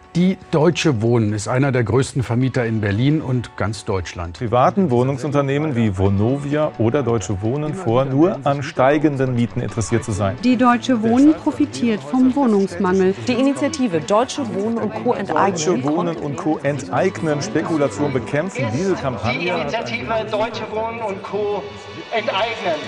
Die Deutsche Wohnen ist einer der größten Vermieter in Berlin und ganz Deutschland. Privaten Wohnungsunternehmen wie Vonovia oder Deutsche Wohnen vor, nur an steigenden Mieten interessiert zu sein. Die Deutsche Wohnen profitiert vom Wohnungsmangel. Die Initiative Deutsche Wohnen und Co. enteignen. Deutsche Wohnen und Co. enteignen, Spekulation bekämpfen. Diese Kampagne. Die Initiative Deutsche Wohnen und Co. enteignen.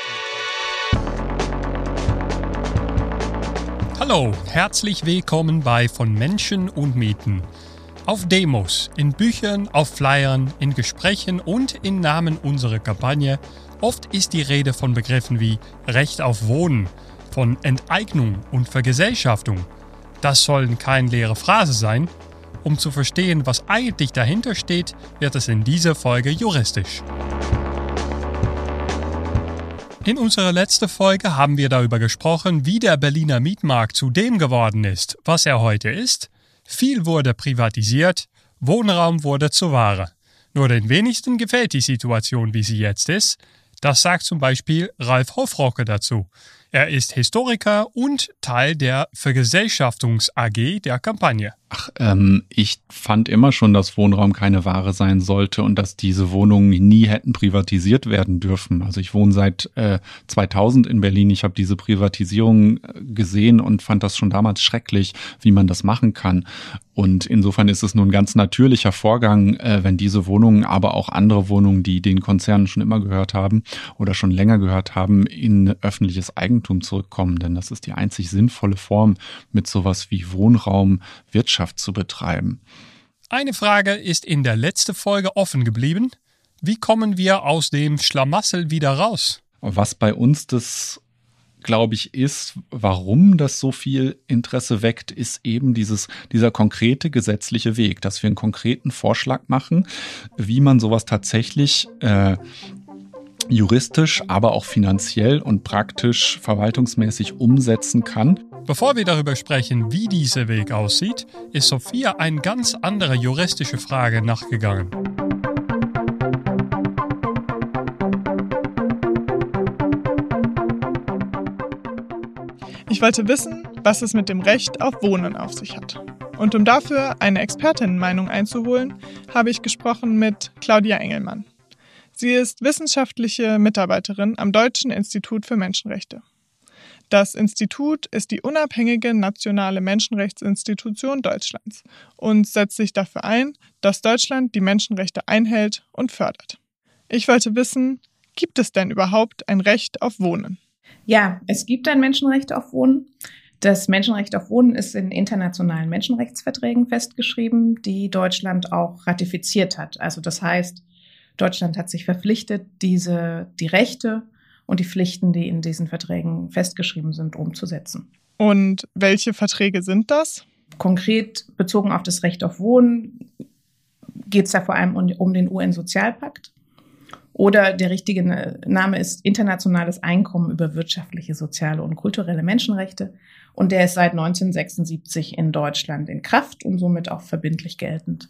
Hallo, herzlich willkommen bei Von Menschen und Mieten. Auf Demos, in Büchern, auf Flyern, in Gesprächen und im Namen unserer Kampagne oft ist die Rede von Begriffen wie Recht auf Wohnen, von Enteignung und Vergesellschaftung. Das sollen keine leere Phrase sein. Um zu verstehen, was eigentlich dahinter steht, wird es in dieser Folge juristisch. In unserer letzten Folge haben wir darüber gesprochen, wie der Berliner Mietmarkt zu dem geworden ist, was er heute ist. Viel wurde privatisiert, Wohnraum wurde zur Ware. Nur den wenigsten gefällt die Situation, wie sie jetzt ist. Das sagt zum Beispiel Ralf Hofrocke dazu. Er ist Historiker und Teil der Vergesellschaftungs-AG der Kampagne. Ich fand immer schon, dass Wohnraum keine Ware sein sollte und dass diese Wohnungen nie hätten privatisiert werden dürfen. Also ich wohne seit 2000 in Berlin. Ich habe diese Privatisierung gesehen und fand das schon damals schrecklich, wie man das machen kann. Und insofern ist es nun ein ganz natürlicher Vorgang, wenn diese Wohnungen, aber auch andere Wohnungen, die den Konzernen schon immer gehört haben oder schon länger gehört haben, in öffentliches Eigentum zurückkommen. Denn das ist die einzig sinnvolle Form, mit sowas wie Wohnraum Wirtschaft zu betreiben. Eine Frage ist in der letzten Folge offen geblieben. Wie kommen wir aus dem Schlamassel wieder raus? Was bei uns das, glaube ich, ist, warum das so viel Interesse weckt, ist eben dieser konkrete gesetzliche Weg, dass wir einen konkreten Vorschlag machen, wie man sowas tatsächlich juristisch, aber auch finanziell und praktisch verwaltungsmäßig umsetzen kann. Bevor wir darüber sprechen, wie dieser Weg aussieht, ist Sophia eine ganz andere juristische Frage nachgegangen. Ich wollte wissen, was es mit dem Recht auf Wohnen auf sich hat. Und um dafür eine Expertinnenmeinung einzuholen, habe ich gesprochen mit Claudia Engelmann. Sie ist wissenschaftliche Mitarbeiterin am Deutschen Institut für Menschenrechte. Das Institut ist die unabhängige nationale Menschenrechtsinstitution Deutschlands und setzt sich dafür ein, dass Deutschland die Menschenrechte einhält und fördert. Ich wollte wissen, gibt es denn überhaupt ein Recht auf Wohnen? Ja, es gibt ein Menschenrecht auf Wohnen. Das Menschenrecht auf Wohnen ist in internationalen Menschenrechtsverträgen festgeschrieben, die Deutschland auch ratifiziert hat. Also das heißt, Deutschland hat sich verpflichtet, die Rechte und die Pflichten, die in diesen Verträgen festgeschrieben sind, umzusetzen. Und welche Verträge sind das? Konkret bezogen auf das Recht auf Wohnen geht es da vor allem um den UN-Sozialpakt. Oder der richtige Name ist Internationales Einkommen über wirtschaftliche, soziale und kulturelle Menschenrechte. Und der ist seit 1976 in Deutschland in Kraft und somit auch verbindlich geltend.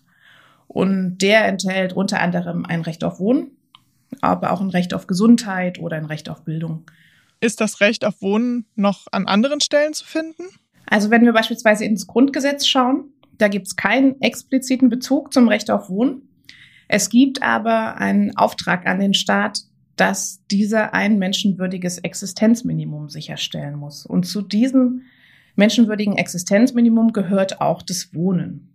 Und der enthält unter anderem ein Recht auf Wohnen, aber auch ein Recht auf Gesundheit oder ein Recht auf Bildung. Ist das Recht auf Wohnen noch an anderen Stellen zu finden? Also wenn wir beispielsweise ins Grundgesetz schauen, da gibt es keinen expliziten Bezug zum Recht auf Wohnen. Es gibt aber einen Auftrag an den Staat, dass dieser ein menschenwürdiges Existenzminimum sicherstellen muss. Und zu diesem menschenwürdigen Existenzminimum gehört auch das Wohnen.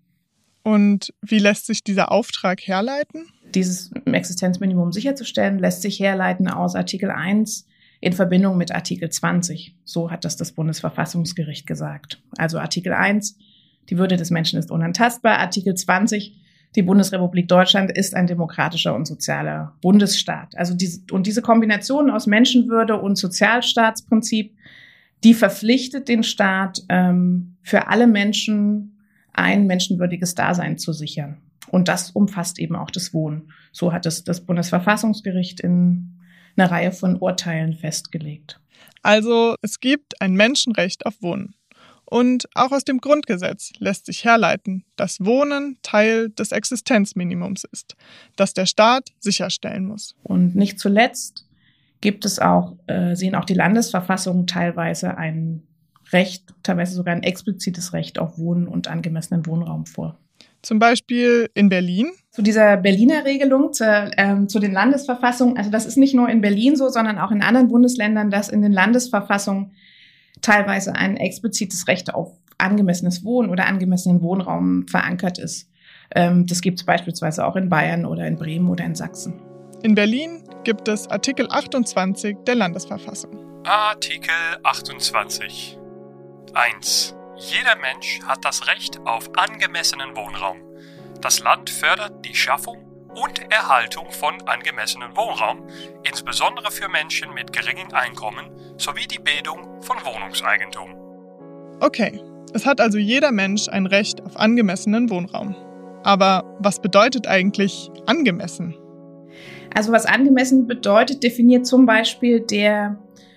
Und wie lässt sich dieser Auftrag herleiten? Dieses Existenzminimum sicherzustellen, lässt sich herleiten aus Artikel 1 in Verbindung mit Artikel 20. So hat das Bundesverfassungsgericht gesagt. Also Artikel 1, die Würde des Menschen ist unantastbar. Artikel 20, die Bundesrepublik Deutschland ist ein demokratischer und sozialer Bundesstaat. Also diese Kombination aus Menschenwürde und Sozialstaatsprinzip, die verpflichtet den Staat, für alle Menschen ein menschenwürdiges Dasein zu sichern. Und das umfasst eben auch das Wohnen. So hat es das Bundesverfassungsgericht in einer Reihe von Urteilen festgelegt. Also es gibt ein Menschenrecht auf Wohnen. Und auch aus dem Grundgesetz lässt sich herleiten, dass Wohnen Teil des Existenzminimums ist, das der Staat sicherstellen muss. Und nicht zuletzt gibt es auch, sehen auch die Landesverfassungen teilweise ein Recht, teilweise sogar ein explizites Recht auf Wohnen und angemessenen Wohnraum vor. Zum Beispiel in Berlin? Zu dieser Berliner Regelung, zu den Landesverfassungen, also das ist nicht nur in Berlin so, sondern auch in anderen Bundesländern, dass in den Landesverfassungen teilweise ein explizites Recht auf angemessenes Wohnen oder angemessenen Wohnraum verankert ist. Das gibt es beispielsweise auch in Bayern oder in Bremen oder in Sachsen. In Berlin gibt es Artikel 28 der Landesverfassung. Artikel 28. 1. Jeder Mensch hat das Recht auf angemessenen Wohnraum. Das Land fördert die Schaffung und Erhaltung von angemessenen Wohnraum, insbesondere für Menschen mit geringem Einkommen, sowie die Bildung von Wohnungseigentum. Okay, es hat also jeder Mensch ein Recht auf angemessenen Wohnraum. Aber was bedeutet eigentlich angemessen? Also was angemessen bedeutet, definiert zum Beispiel der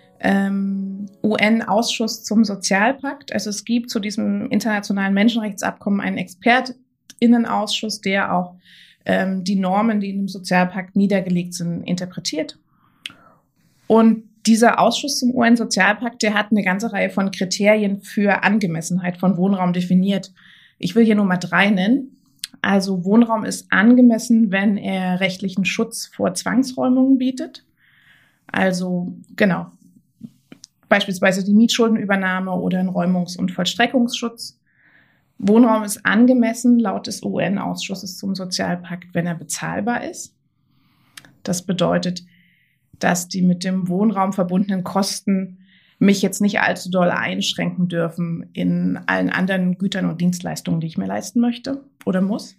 UN-Ausschuss zum Sozialpakt. Also es gibt zu diesem internationalen Menschenrechtsabkommen einen ExpertInnenausschuss, der auch die Normen, die in dem Sozialpakt niedergelegt sind, interpretiert. Und dieser Ausschuss zum UN-Sozialpakt, der hat eine ganze Reihe von Kriterien für Angemessenheit von Wohnraum definiert. Ich will hier nur mal 3 nennen. Also Wohnraum ist angemessen, wenn er rechtlichen Schutz vor Zwangsräumungen bietet. Also genau, beispielsweise die Mietschuldenübernahme oder ein Räumungs- und Vollstreckungsschutz. Wohnraum ist angemessen laut des UN-Ausschusses zum Sozialpakt, wenn er bezahlbar ist. Das bedeutet, dass die mit dem Wohnraum verbundenen Kosten mich jetzt nicht allzu doll einschränken dürfen in allen anderen Gütern und Dienstleistungen, die ich mir leisten möchte oder muss.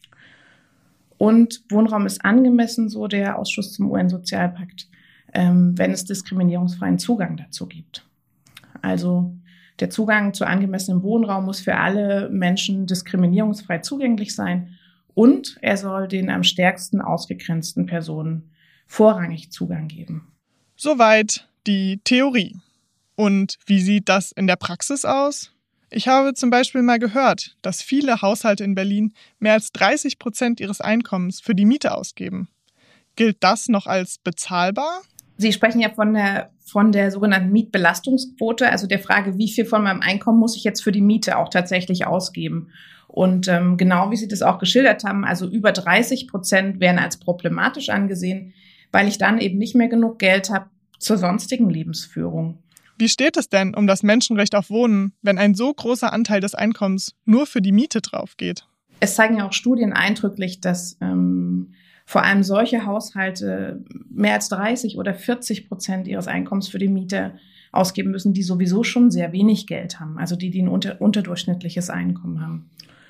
Und Wohnraum ist angemessen, so der Ausschuss zum UN-Sozialpakt, wenn es diskriminierungsfreien Zugang dazu gibt. Also der Zugang zu angemessenem Wohnraum muss für alle Menschen diskriminierungsfrei zugänglich sein und er soll den am stärksten ausgegrenzten Personen vorrangig Zugang geben. Soweit die Theorie. Und wie sieht das in der Praxis aus? Ich habe zum Beispiel mal gehört, dass viele Haushalte in Berlin mehr als 30% ihres Einkommens für die Miete ausgeben. Gilt das noch als bezahlbar? Sie sprechen ja von der sogenannten Mietbelastungsquote, also der Frage, wie viel von meinem Einkommen muss ich jetzt für die Miete auch tatsächlich ausgeben. Und genau wie Sie das auch geschildert haben, also über 30% werden als problematisch angesehen, weil ich dann eben nicht mehr genug Geld habe zur sonstigen Lebensführung. Wie steht es denn um das Menschenrecht auf Wohnen, wenn ein so großer Anteil des Einkommens nur für die Miete drauf geht? Es zeigen ja auch Studien eindrücklich, dass vor allem solche Haushalte mehr als 30 oder 40% ihres Einkommens für die Miete ausgeben müssen, die sowieso schon sehr wenig Geld haben, also die ein unterdurchschnittliches Einkommen haben.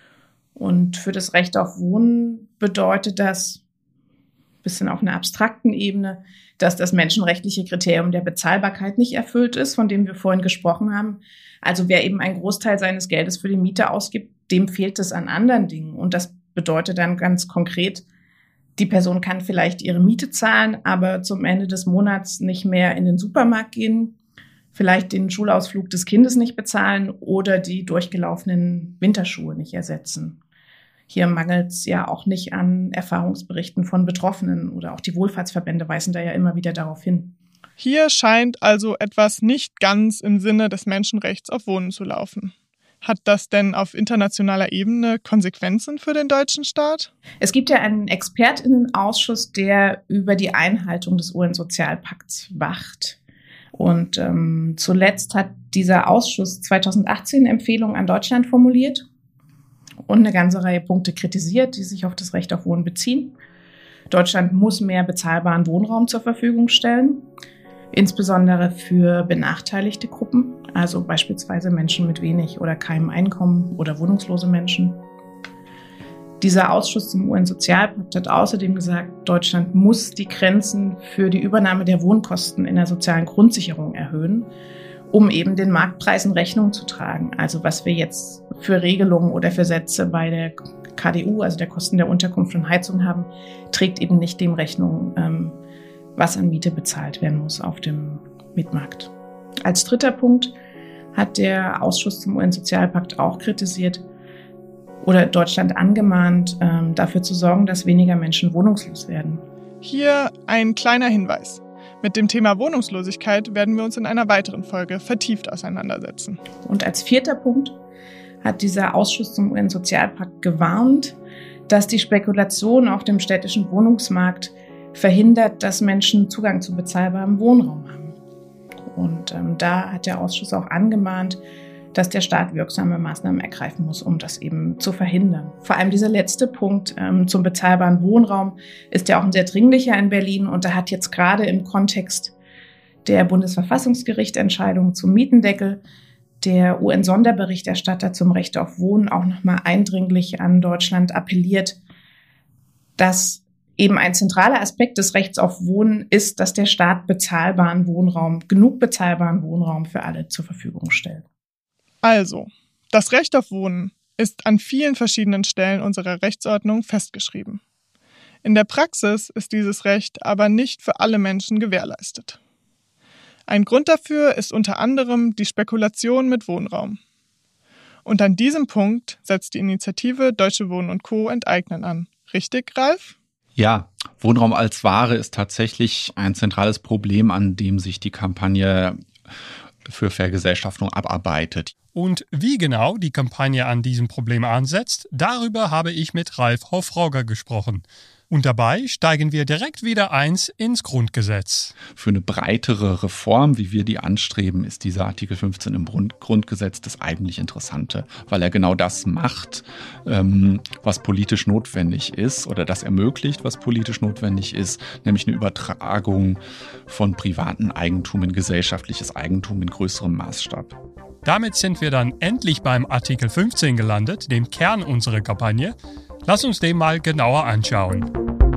Und für das Recht auf Wohnen bedeutet das, ein bisschen auf einer abstrakten Ebene, dass das menschenrechtliche Kriterium der Bezahlbarkeit nicht erfüllt ist, von dem wir vorhin gesprochen haben. Also wer eben einen Großteil seines Geldes für die Miete ausgibt, dem fehlt es an anderen Dingen. Und das bedeutet dann ganz konkret, die Person kann vielleicht ihre Miete zahlen, aber zum Ende des Monats nicht mehr in den Supermarkt gehen, vielleicht den Schulausflug des Kindes nicht bezahlen oder die durchgelaufenen Winterschuhe nicht ersetzen. Hier mangelt es ja auch nicht an Erfahrungsberichten von Betroffenen oder auch die Wohlfahrtsverbände weisen da ja immer wieder darauf hin. Hier scheint also etwas nicht ganz im Sinne des Menschenrechts auf Wohnen zu laufen. Hat das denn auf internationaler Ebene Konsequenzen für den deutschen Staat? Es gibt ja einen ExpertInnenausschuss, der über die Einhaltung des UN-Sozialpakts wacht. Und zuletzt hat dieser Ausschuss 2018 Empfehlungen an Deutschland formuliert und eine ganze Reihe Punkte kritisiert, die sich auf das Recht auf Wohnen beziehen. Deutschland muss mehr bezahlbaren Wohnraum zur Verfügung stellen, insbesondere für benachteiligte Gruppen, also beispielsweise Menschen mit wenig oder keinem Einkommen oder wohnungslose Menschen. Dieser Ausschuss zum UN-Sozialpakt hat außerdem gesagt, Deutschland muss die Grenzen für die Übernahme der Wohnkosten in der sozialen Grundsicherung erhöhen, um eben den Marktpreisen Rechnung zu tragen. Also was wir jetzt für Regelungen oder für Sätze bei der KDU, also der Kosten der Unterkunft und Heizung haben, trägt eben nicht dem Rechnung, was an Miete bezahlt werden muss auf dem Mietmarkt. Als dritter Punkt hat der Ausschuss zum UN-Sozialpakt auch kritisiert oder Deutschland angemahnt, dafür zu sorgen, dass weniger Menschen wohnungslos werden. Hier ein kleiner Hinweis. Mit dem Thema Wohnungslosigkeit werden wir uns in einer weiteren Folge vertieft auseinandersetzen. Und als 4. Punkt hat dieser Ausschuss zum UN-Sozialpakt gewarnt, dass die Spekulation auf dem städtischen Wohnungsmarkt verhindert, dass Menschen Zugang zu bezahlbarem Wohnraum haben. Und da hat der Ausschuss auch angemahnt, dass der Staat wirksame Maßnahmen ergreifen muss, um das eben zu verhindern. Vor allem dieser letzte Punkt zum bezahlbaren Wohnraum ist ja auch ein sehr dringlicher in Berlin. Und da hat jetzt gerade im Kontext der Bundesverfassungsgerichtentscheidung zum Mietendeckel der UN-Sonderberichterstatter zum Recht auf Wohnen auch nochmal eindringlich an Deutschland appelliert, dass eben ein zentraler Aspekt des Rechts auf Wohnen ist, dass der Staat genug bezahlbaren Wohnraum für alle zur Verfügung stellt. Also, das Recht auf Wohnen ist an vielen verschiedenen Stellen unserer Rechtsordnung festgeschrieben. In der Praxis ist dieses Recht aber nicht für alle Menschen gewährleistet. Ein Grund dafür ist unter anderem die Spekulation mit Wohnraum. Und an diesem Punkt setzt die Initiative Deutsche Wohnen und Co. enteignen an. Richtig, Ralf? Ja, Wohnraum als Ware ist tatsächlich ein zentrales Problem, an dem sich die Kampagne für Vergesellschaftung abarbeitet. Und wie genau die Kampagne an diesem Problem ansetzt, darüber habe ich mit Ralf Hofrogger gesprochen. Und dabei steigen wir direkt wieder ins Grundgesetz. Für eine breitere Reform, wie wir die anstreben, ist dieser Artikel 15 im Grundgesetz das eigentlich Interessante, weil er genau das macht, was politisch notwendig ist oder das ermöglicht, was politisch notwendig ist, nämlich eine Übertragung von privatem Eigentum in gesellschaftliches Eigentum in größerem Maßstab. Damit sind wir dann endlich beim Artikel 15 gelandet, dem Kern unserer Kampagne. Lass uns den mal genauer anschauen.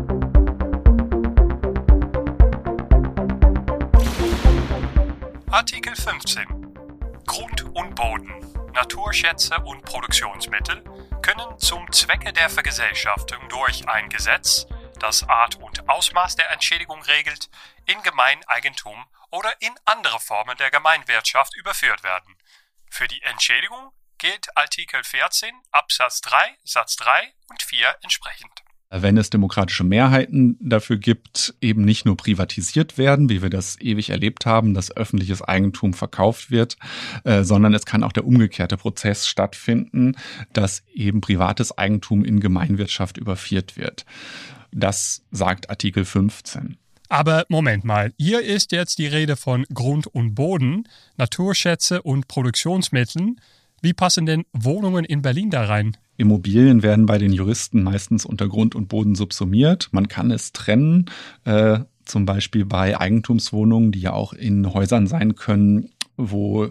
Artikel 15. Grund und Boden, Naturschätze und Produktionsmittel können zum Zwecke der Vergesellschaftung durch ein Gesetz, das Art und Ausmaß der Entschädigung regelt, in Gemeineigentum oder in andere Formen der Gemeinwirtschaft überführt werden. Für die Entschädigung gilt Artikel 14 Absatz 3 Satz 3 und 4 entsprechend. Wenn es demokratische Mehrheiten dafür gibt, eben nicht nur privatisiert werden, wie wir das ewig erlebt haben, dass öffentliches Eigentum verkauft wird, sondern es kann auch der umgekehrte Prozess stattfinden, dass eben privates Eigentum in Gemeinwirtschaft überführt wird. Das sagt Artikel 15. Aber Moment mal, hier ist jetzt die Rede von Grund und Boden, Naturschätze und Produktionsmitteln. Wie passen denn Wohnungen in Berlin da rein? Immobilien werden bei den Juristen meistens unter Grund und Boden subsumiert. Man kann es trennen, zum Beispiel bei Eigentumswohnungen, die ja auch in Häusern sein können, wo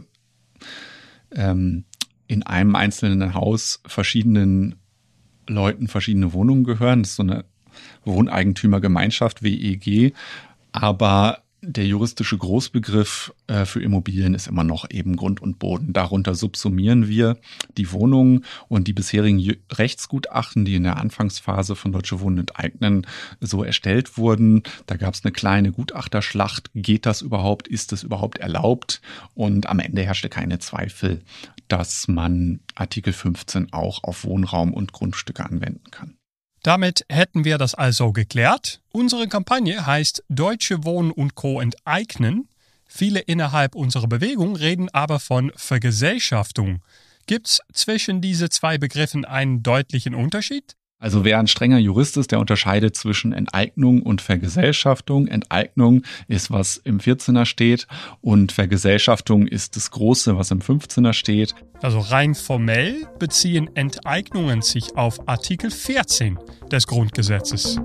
in einem einzelnen Haus verschiedenen Leuten verschiedene Wohnungen gehören. Das ist so eine Wohneigentümergemeinschaft, WEG, aber der juristische Großbegriff für Immobilien ist immer noch eben Grund und Boden. Darunter subsumieren wir die Wohnungen und die bisherigen Rechtsgutachten, die in der Anfangsphase von Deutsche Wohnen enteignen so erstellt wurden. Da gab es eine kleine Gutachterschlacht. Geht das überhaupt? Ist es überhaupt erlaubt? Und am Ende herrschte keine Zweifel, dass man Artikel 15 auch auf Wohnraum und Grundstücke anwenden kann. Damit hätten wir das also geklärt. Unsere Kampagne heißt Deutsche Wohnen und Co. enteignen. Viele innerhalb unserer Bewegung reden aber von Vergesellschaftung. Gibt's zwischen diese zwei Begriffen einen deutlichen Unterschied? Also wer ein strenger Jurist ist, der unterscheidet zwischen Enteignung und Vergesellschaftung. Enteignung ist, was im 14er steht, und Vergesellschaftung ist das Große, was im 15er steht. Also rein formell beziehen Enteignungen sich auf Artikel 14 des Grundgesetzes.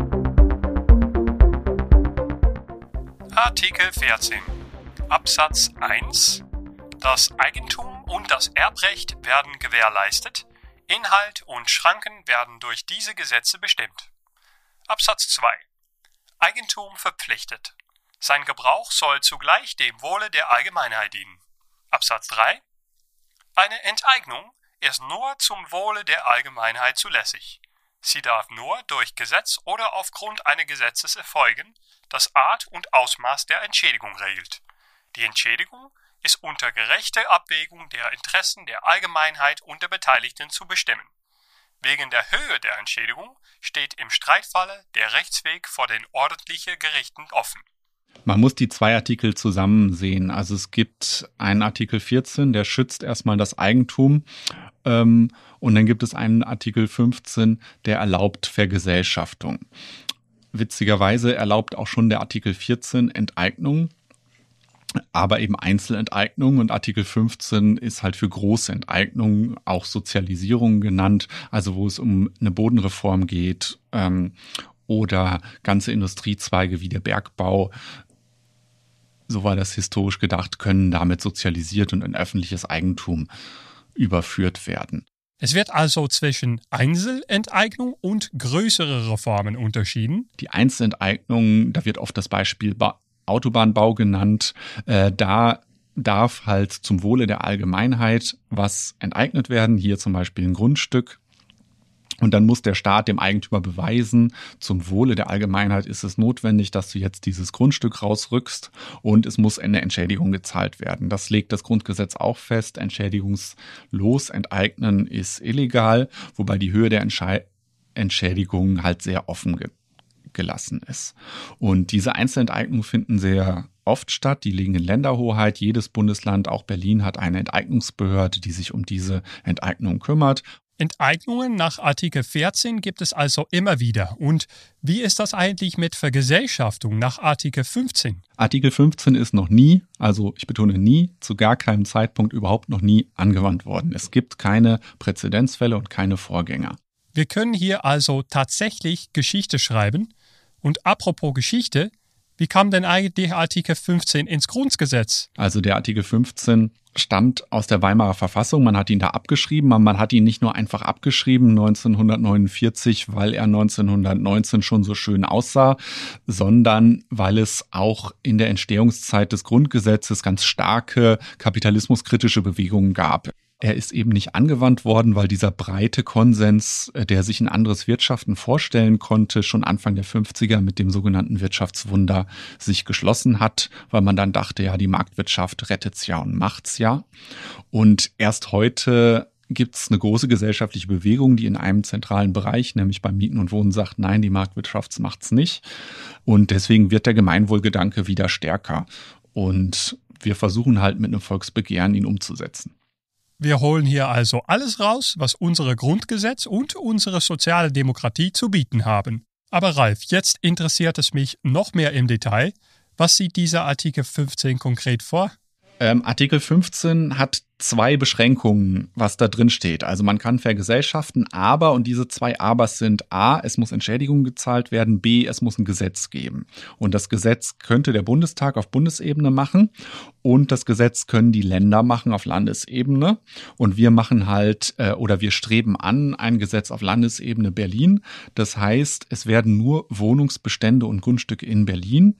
Artikel 14 Absatz 1. Das Eigentum und das Erbrecht werden gewährleistet. Inhalt und Schranken werden durch diese Gesetze bestimmt. Absatz 2. Eigentum verpflichtet. Sein Gebrauch soll zugleich dem Wohle der Allgemeinheit dienen. Absatz 3. Eine Enteignung ist nur zum Wohle der Allgemeinheit zulässig. Sie darf nur durch Gesetz oder aufgrund eines Gesetzes erfolgen, das Art und Ausmaß der Entschädigung regelt. Die Entschädigung ist unter gerechter Abwägung der Interessen der Allgemeinheit und der Beteiligten zu bestimmen. Wegen der Höhe der Entschädigung steht im Streitfalle der Rechtsweg vor den ordentlichen Gerichten offen. Man muss die zwei Artikel zusammen sehen. Also es gibt einen Artikel 14, der schützt erstmal das Eigentum. Und dann gibt es einen Artikel 15, der erlaubt Vergesellschaftung. Witzigerweise erlaubt auch schon der Artikel 14 Enteignung, aber eben Einzelenteignung, und Artikel 15 ist halt für große Enteignung, auch Sozialisierung genannt, also wo es um eine Bodenreform geht oder ganze Industriezweige wie der Bergbau. So war das historisch gedacht, können damit sozialisiert und in öffentliches Eigentum überführt werden. Es wird also zwischen Einzelenteignung und größere Reformen unterschieden. Die Einzelenteignung, da wird oft das Beispiel Autobahnbau genannt. Da darf halt zum Wohle der Allgemeinheit was enteignet werden, hier zum Beispiel ein Grundstück. Und dann muss der Staat dem Eigentümer beweisen, zum Wohle der Allgemeinheit ist es notwendig, dass du jetzt dieses Grundstück rausrückst, und es muss eine Entschädigung gezahlt werden. Das legt das Grundgesetz auch fest. Entschädigungslos enteignen ist illegal, wobei die Höhe der Entschädigung halt sehr offen gelassen ist. Und diese Einzelenteignungen finden sehr oft statt. Die liegen in Länderhoheit. Jedes Bundesland, auch Berlin, hat eine Enteignungsbehörde, die sich um diese Enteignung kümmert. Enteignungen nach Artikel 14 gibt es also immer wieder. Und wie ist das eigentlich mit Vergesellschaftung nach Artikel 15? Artikel 15 ist noch nie, also ich betone nie, zu gar keinem Zeitpunkt überhaupt noch nie angewandt worden. Es gibt keine Präzedenzfälle und keine Vorgänger. Wir können hier also tatsächlich Geschichte schreiben. Und apropos Geschichte, wie kam denn eigentlich Artikel 15 ins Grundgesetz? Also der Artikel 15 stammt aus der Weimarer Verfassung. Man hat ihn da abgeschrieben, aber man hat ihn nicht nur einfach abgeschrieben 1949, weil er 1919 schon so schön aussah, sondern weil es auch in der Entstehungszeit des Grundgesetzes ganz starke kapitalismuskritische Bewegungen gab. Er ist eben nicht angewandt worden, weil dieser breite Konsens, der sich ein anderes Wirtschaften vorstellen konnte, schon Anfang der 50er mit dem sogenannten Wirtschaftswunder sich geschlossen hat, weil man dann dachte, ja, die Marktwirtschaft rettet's ja und macht's ja. Und erst heute gibt's eine große gesellschaftliche Bewegung, die in einem zentralen Bereich, nämlich beim Mieten und Wohnen, sagt, nein, die Marktwirtschaft macht's nicht. Und deswegen wird der Gemeinwohlgedanke wieder stärker. Und wir versuchen halt mit einem Volksbegehren, ihn umzusetzen. Wir holen hier also alles raus, was unser Grundgesetz und unsere soziale Demokratie zu bieten haben. Aber Ralf, jetzt interessiert es mich noch mehr im Detail. Was sieht dieser Artikel 15 konkret vor? Artikel 15 hat zwei Beschränkungen, was da drin steht. Also man kann vergesellschaften, aber, und diese zwei Abers sind A, es muss Entschädigung gezahlt werden, B, es muss ein Gesetz geben. Und das Gesetz könnte der Bundestag auf Bundesebene machen und das Gesetz können die Länder machen auf Landesebene. Und wir machen halt, oder wir streben an, ein Gesetz auf Landesebene Berlin. Das heißt, es werden nur Wohnungsbestände und Grundstücke in Berlin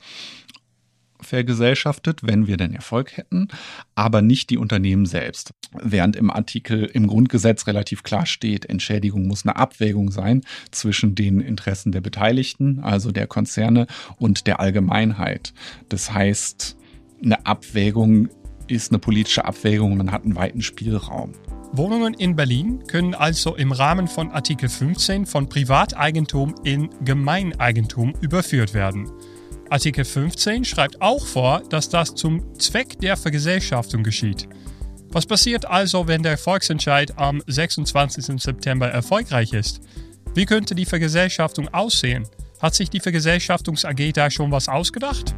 vergesellschaftet, wenn wir denn Erfolg hätten, aber nicht die Unternehmen selbst. Während im Artikel im Grundgesetz relativ klar steht, Entschädigung muss eine Abwägung sein zwischen den Interessen der Beteiligten, also der Konzerne, und der Allgemeinheit. Das heißt, eine Abwägung ist eine politische Abwägung, man hat einen weiten Spielraum. Wohnungen in Berlin können also im Rahmen von Artikel 15 von Privateigentum in Gemeineigentum überführt werden. Artikel 15 schreibt auch vor, dass das zum Zweck der Vergesellschaftung geschieht. Was passiert also, wenn der Volksentscheid am 26. September erfolgreich ist? Wie könnte die Vergesellschaftung aussehen? Hat sich die Vergesellschaftungs AG da schon was ausgedacht?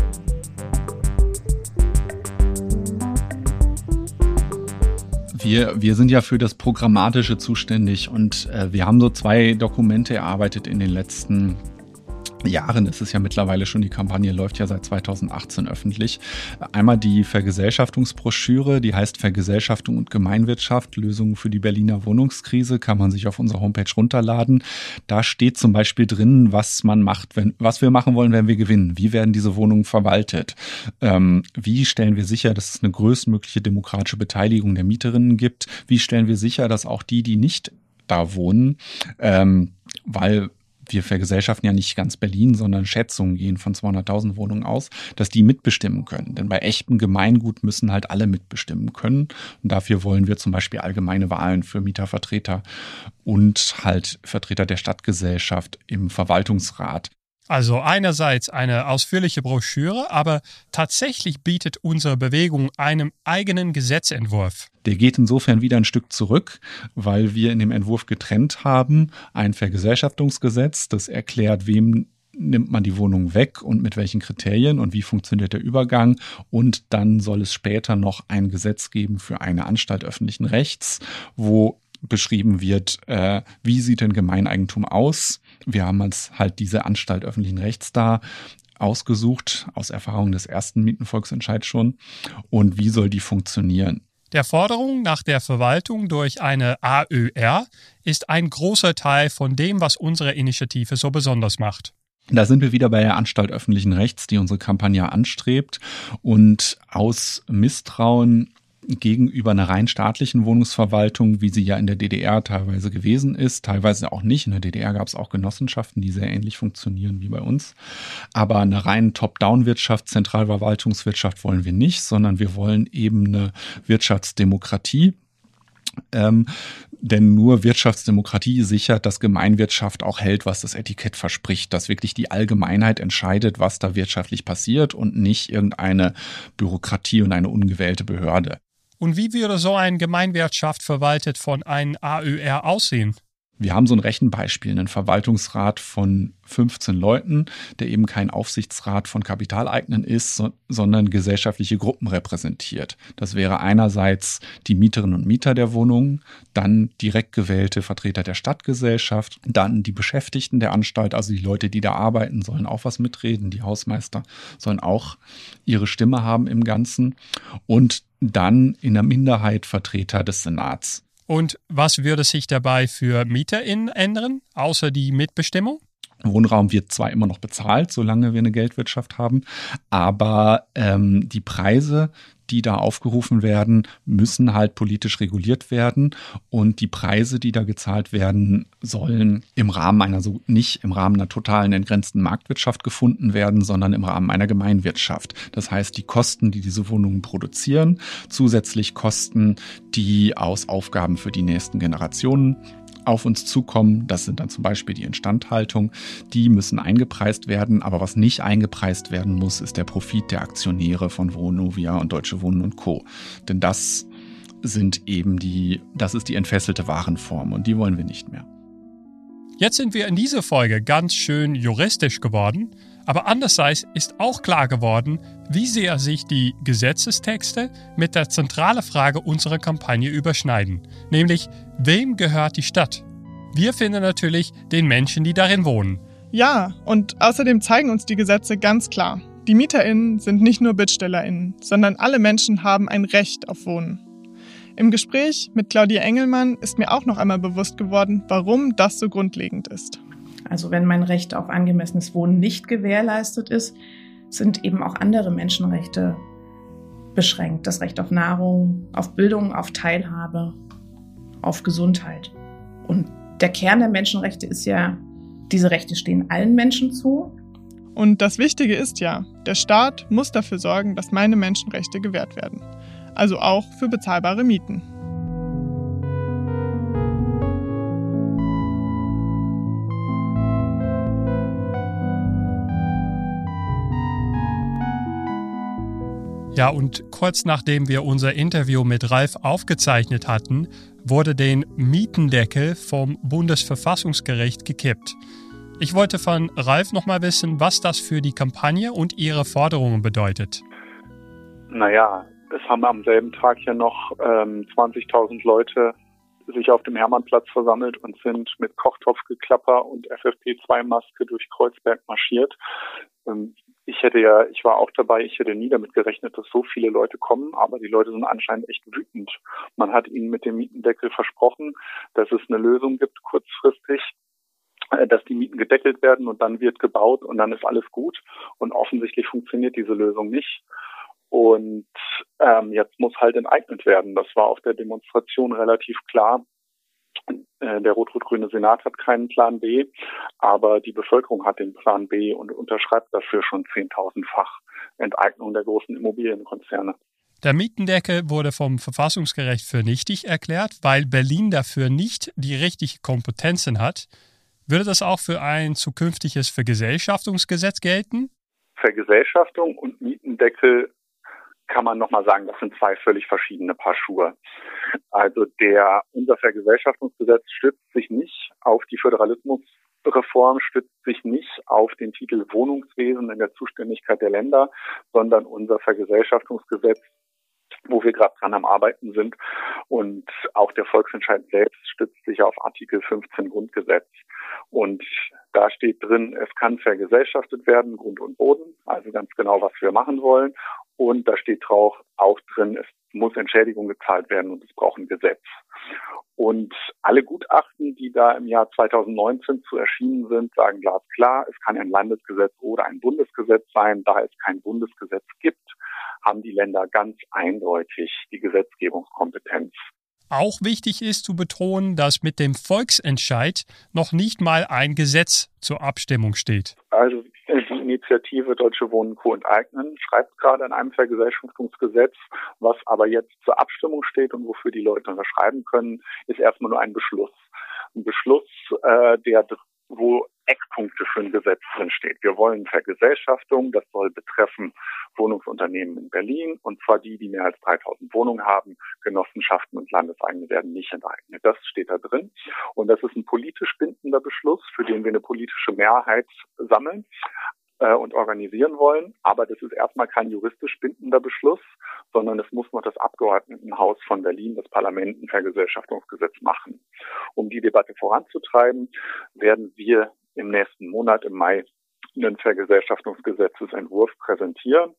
Wir sind ja für das Programmatische zuständig und wir haben so zwei Dokumente erarbeitet in den letzten Jahren. Das ist ja mittlerweile schon, die Kampagne läuft ja seit 2018 öffentlich. Einmal die Vergesellschaftungsbroschüre, die heißt Vergesellschaftung und Gemeinwirtschaft, Lösungen für die Berliner Wohnungskrise, kann man sich auf unserer Homepage runterladen. Da steht zum Beispiel drin, was man macht, was wir machen wollen, wenn wir gewinnen. Wie werden diese Wohnungen verwaltet? Wie stellen wir sicher, dass es eine größtmögliche demokratische Beteiligung der Mieterinnen gibt? Wie stellen wir sicher, dass auch die nicht da wohnen, weil wir vergesellschaften ja nicht ganz Berlin, sondern Schätzungen gehen von 200.000 Wohnungen aus, dass die mitbestimmen können. Denn bei echtem Gemeingut müssen halt alle mitbestimmen können. Und dafür wollen wir zum Beispiel allgemeine Wahlen für Mietervertreter und halt Vertreter der Stadtgesellschaft im Verwaltungsrat. Also einerseits eine ausführliche Broschüre, aber tatsächlich bietet unsere Bewegung einen eigenen Gesetzentwurf. Der geht insofern wieder ein Stück zurück, weil wir in dem Entwurf getrennt haben ein Vergesellschaftungsgesetz, das erklärt, wem nimmt man die Wohnung weg und mit welchen Kriterien und wie funktioniert der Übergang. Und dann soll es später noch ein Gesetz geben für eine Anstalt öffentlichen Rechts, wo beschrieben wird, wie sieht denn Gemeineigentum aus. Wir haben uns halt diese Anstalt öffentlichen Rechts da ausgesucht, aus Erfahrung des ersten Mietenvolksentscheids schon. Und wie soll die funktionieren? Der Forderung nach der Verwaltung durch eine AÖR ist ein großer Teil von dem, was unsere Initiative so besonders macht. Da sind wir wieder bei der Anstalt öffentlichen Rechts, die unsere Kampagne anstrebt. Und aus Misstrauen gegenüber einer rein staatlichen Wohnungsverwaltung, wie sie ja in der DDR teilweise gewesen ist, teilweise auch nicht. In der DDR gab es auch Genossenschaften, die sehr ähnlich funktionieren wie bei uns. Aber eine rein Top-Down-Wirtschaft, Zentralverwaltungswirtschaft wollen wir nicht, sondern wir wollen eben eine Wirtschaftsdemokratie. Denn nur Wirtschaftsdemokratie sichert, dass Gemeinwirtschaft auch hält, was das Etikett verspricht, dass wirklich die Allgemeinheit entscheidet, was da wirtschaftlich passiert und nicht irgendeine Bürokratie und eine ungewählte Behörde. Und wie würde so eine Gemeinwirtschaft verwaltet von einem AÖR aussehen? Wir haben so ein Rechenbeispiel, einen Verwaltungsrat von 15 Leuten, der eben kein Aufsichtsrat von Kapitaleignern ist, sondern gesellschaftliche Gruppen repräsentiert. Das wäre einerseits die Mieterinnen und Mieter der Wohnungen, dann direkt gewählte Vertreter der Stadtgesellschaft, dann die Beschäftigten der Anstalt, also die Leute, die da arbeiten, sollen auch was mitreden, die Hausmeister sollen auch ihre Stimme haben im Ganzen und dann in der Minderheit Vertreter des Senats. Und was würde sich dabei für MieterInnen ändern, außer die Mitbestimmung? Wohnraum wird zwar immer noch bezahlt, solange wir eine Geldwirtschaft haben, aber die Preise, die da aufgerufen werden, müssen halt politisch reguliert werden und die Preise, die da gezahlt werden, sollen im Rahmen nicht im Rahmen einer totalen entgrenzten Marktwirtschaft gefunden werden, sondern im Rahmen einer Gemeinwirtschaft. Das heißt, die Kosten, die diese Wohnungen produzieren, zusätzlich Kosten, die aus Aufgaben für die nächsten Generationen auf uns zukommen, das sind dann zum Beispiel die Instandhaltung, die müssen eingepreist werden, aber was nicht eingepreist werden muss, ist der Profit der Aktionäre von Vonovia und Deutsche Wohnen und Co. Denn das ist die entfesselte Warenform und die wollen wir nicht mehr. Jetzt sind wir in dieser Folge ganz schön juristisch geworden, aber andererseits ist auch klar geworden, wie sehr sich die Gesetzestexte mit der zentralen Frage unserer Kampagne überschneiden, nämlich wem gehört die Stadt? Wir finden natürlich den Menschen, die darin wohnen. Ja, und außerdem zeigen uns die Gesetze ganz klar. Die MieterInnen sind nicht nur BittstellerInnen, sondern alle Menschen haben ein Recht auf Wohnen. Im Gespräch mit Claudia Engelmann ist mir auch noch einmal bewusst geworden, warum das so grundlegend ist. Also wenn mein Recht auf angemessenes Wohnen nicht gewährleistet ist, sind eben auch andere Menschenrechte beschränkt. Das Recht auf Nahrung, auf Bildung, auf Teilhabe, auf Gesundheit. Und der Kern der Menschenrechte ist ja, diese Rechte stehen allen Menschen zu. Und das Wichtige ist ja, der Staat muss dafür sorgen, dass meine Menschenrechte gewährt werden. Also auch für bezahlbare Mieten. Ja, und kurz nachdem wir unser Interview mit Ralf aufgezeichnet hatten, wurde den Mietendeckel vom Bundesverfassungsgericht gekippt. Ich wollte von Ralf nochmal wissen, was das für die Kampagne und ihre Forderungen bedeutet. Naja, es haben am selben Tag ja noch 20.000 Leute sich auf dem Hermannplatz versammelt und sind mit Kochtopfgeklapper und FFP2-Maske durch Kreuzberg marschiert. Ich war auch dabei, ich hätte nie damit gerechnet, dass so viele Leute kommen, aber die Leute sind anscheinend echt wütend. Man hat ihnen mit dem Mietendeckel versprochen, dass es eine Lösung gibt kurzfristig, dass die Mieten gedeckelt werden und dann wird gebaut und dann ist alles gut. Und offensichtlich funktioniert diese Lösung nicht. Und jetzt muss halt enteignet werden. Das war auf der Demonstration relativ klar. Der rot-rot-grüne Senat hat keinen Plan B, aber die Bevölkerung hat den Plan B und unterschreibt dafür schon 10.000-fach Enteignung der großen Immobilienkonzerne. Der Mietendeckel wurde vom Verfassungsgericht für nichtig erklärt, weil Berlin dafür nicht die richtigen Kompetenzen hat. Würde das auch für ein zukünftiges Vergesellschaftungsgesetz gelten? Vergesellschaftung und Mietendeckel kann man nochmal sagen, das sind zwei völlig verschiedene Paar Schuhe. Also unser Vergesellschaftungsgesetz stützt sich nicht auf die Föderalismusreform, stützt sich nicht auf den Titel Wohnungswesen in der Zuständigkeit der Länder, sondern unser Vergesellschaftungsgesetz, wo wir gerade dran am Arbeiten sind, und auch der Volksentscheid selbst stützt sich auf Artikel 15 Grundgesetz. Und da steht drin, es kann vergesellschaftet werden, Grund und Boden, also ganz genau, was wir machen wollen. Und da steht auch drin, es muss Entschädigung gezahlt werden und es braucht ein Gesetz. Und alle Gutachten, die da im Jahr 2019 zu erschienen sind, sagen glasklar, es kann ein Landesgesetz oder ein Bundesgesetz sein. Da es kein Bundesgesetz gibt, haben die Länder ganz eindeutig die Gesetzgebungskompetenz. Auch wichtig ist zu betonen, dass mit dem Volksentscheid noch nicht mal ein Gesetz zur Abstimmung steht. Also die Initiative Deutsche Wohnen Co. enteignen schreibt gerade an einem Vergesellschaftungsgesetz, was aber jetzt zur Abstimmung steht und wofür die Leute unterschreiben können, ist erstmal nur ein Beschluss. Ein Beschluss, wo Eckpunkte für ein Gesetz drin steht. Wir wollen Vergesellschaftung, das soll betreffen Wohnungsunternehmen in Berlin, und zwar die mehr als 3000 Wohnungen haben. Genossenschaften und Landeseigene werden nicht enteignet. Das steht da drin. Und das ist ein politisch bindender Beschluss, für den wir eine politische Mehrheit sammeln und organisieren wollen. Aber das ist erstmal kein juristisch bindender Beschluss, sondern es muss noch das Abgeordnetenhaus von Berlin, das Parlament, ein Vergesellschaftungsgesetz machen. Um die Debatte voranzutreiben, werden wir im nächsten Monat, im Mai, einen Vergesellschaftungsgesetzesentwurf präsentieren.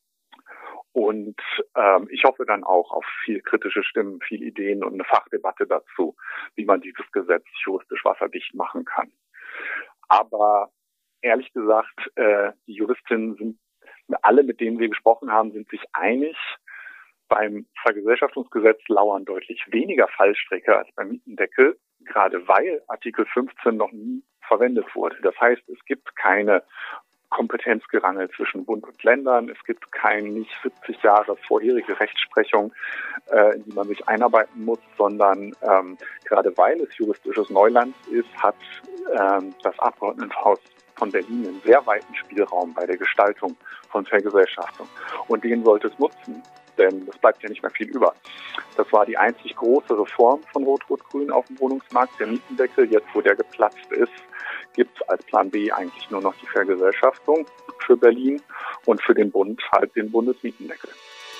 Und ich hoffe dann auch auf viel kritische Stimmen, viel Ideen und eine Fachdebatte dazu, wie man dieses Gesetz juristisch wasserdicht machen kann. Aber ehrlich gesagt, die Juristinnen sind alle, mit denen wir gesprochen haben, sind sich einig. Beim Vergesellschaftungsgesetz lauern deutlich weniger Fallstricke als beim Mietendeckel, gerade weil Artikel 15 noch nie verwendet wurde. Das heißt, es gibt keine Kompetenzgerangel zwischen Bund und Ländern. Es gibt nicht 70 Jahre vorherige Rechtsprechung, in die man sich einarbeiten muss, sondern gerade weil es juristisches Neuland ist, hat das Abgeordnetenhaus von Berlin einen sehr weiten Spielraum bei der Gestaltung von Vergesellschaftung. Und den sollte es nutzen, denn es bleibt ja nicht mehr viel über. Das war die einzig große Reform von Rot-Rot-Grün auf dem Wohnungsmarkt, der Mietendeckel. Jetzt, wo der geplatzt ist, gibt es als Plan B eigentlich nur noch die Vergesellschaftung für Berlin und für den Bund halt den Bundesmietendeckel.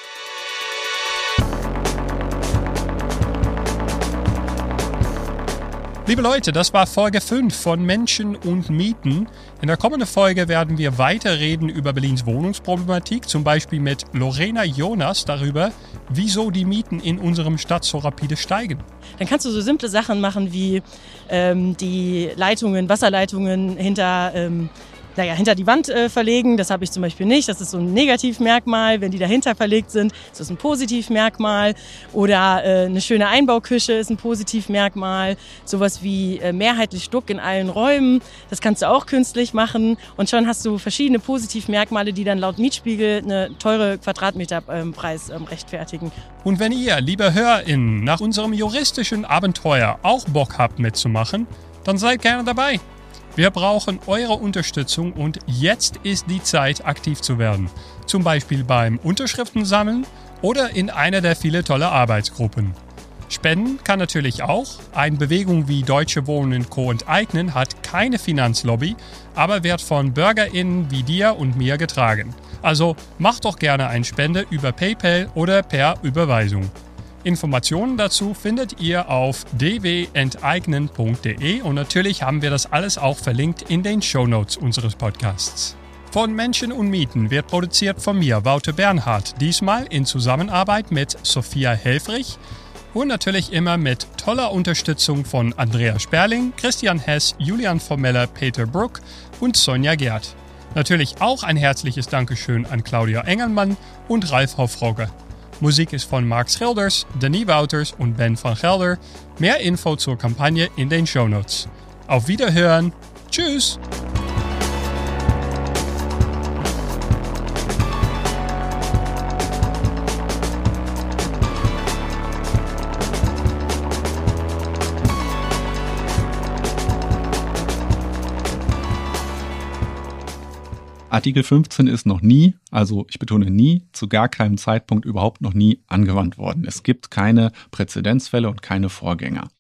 Liebe Leute, das war Folge 5 von Menschen und Mieten. In der kommenden Folge werden wir weiter reden über Berlins Wohnungsproblematik, zum Beispiel mit Lorena Jonas darüber, wieso die Mieten in unserem Stadt so rapide steigen. Dann kannst du so simple Sachen machen wie die Wasserleitungen hinter die Wand verlegen. Das habe ich zum Beispiel nicht. Das ist so ein Negativmerkmal. Wenn die dahinter verlegt sind, ist das ein Positivmerkmal. Oder eine schöne Einbauküche ist ein Positivmerkmal. Sowas wie mehrheitlich Stuck in allen Räumen. Das kannst du auch künstlich machen. Und schon hast du verschiedene Positivmerkmale, die dann laut Mietspiegel eine teure Quadratmeterpreis rechtfertigen. Und wenn ihr, liebe HörerInnen, nach unserem juristischen Abenteuer auch Bock habt mitzumachen, dann seid gerne dabei. Wir brauchen eure Unterstützung und jetzt ist die Zeit, aktiv zu werden. Zum Beispiel beim Unterschriften sammeln oder in einer der vielen tolle Arbeitsgruppen. Spenden kann natürlich auch. Eine Bewegung wie Deutsche Wohnen Co. enteignen hat keine Finanzlobby, aber wird von BürgerInnen wie dir und mir getragen. Also macht doch gerne eine Spende über PayPal oder per Überweisung. Informationen dazu findet ihr auf dwenteignen.de und natürlich haben wir das alles auch verlinkt in den Shownotes unseres Podcasts. Von Menschen und Mieten wird produziert von mir, Wouter Bernhard, diesmal in Zusammenarbeit mit Sophia Helfrich und natürlich immer mit toller Unterstützung von Andrea Sperling, Christian Hess, Julian Formeller, Peter Bruck und Sonja Gerd. Natürlich auch ein herzliches Dankeschön an Claudia Engelmann und Ralf Hofrogge. Musik ist von Mark Schilders, Denis Wouters und Ben van Gelder. Mehr Info zur Kampagne in den Shownotes. Auf Wiederhören. Tschüss! Artikel 15 ist noch nie, also ich betone nie, zu gar keinem Zeitpunkt überhaupt noch nie angewandt worden. Es gibt keine Präzedenzfälle und keine Vorgänger.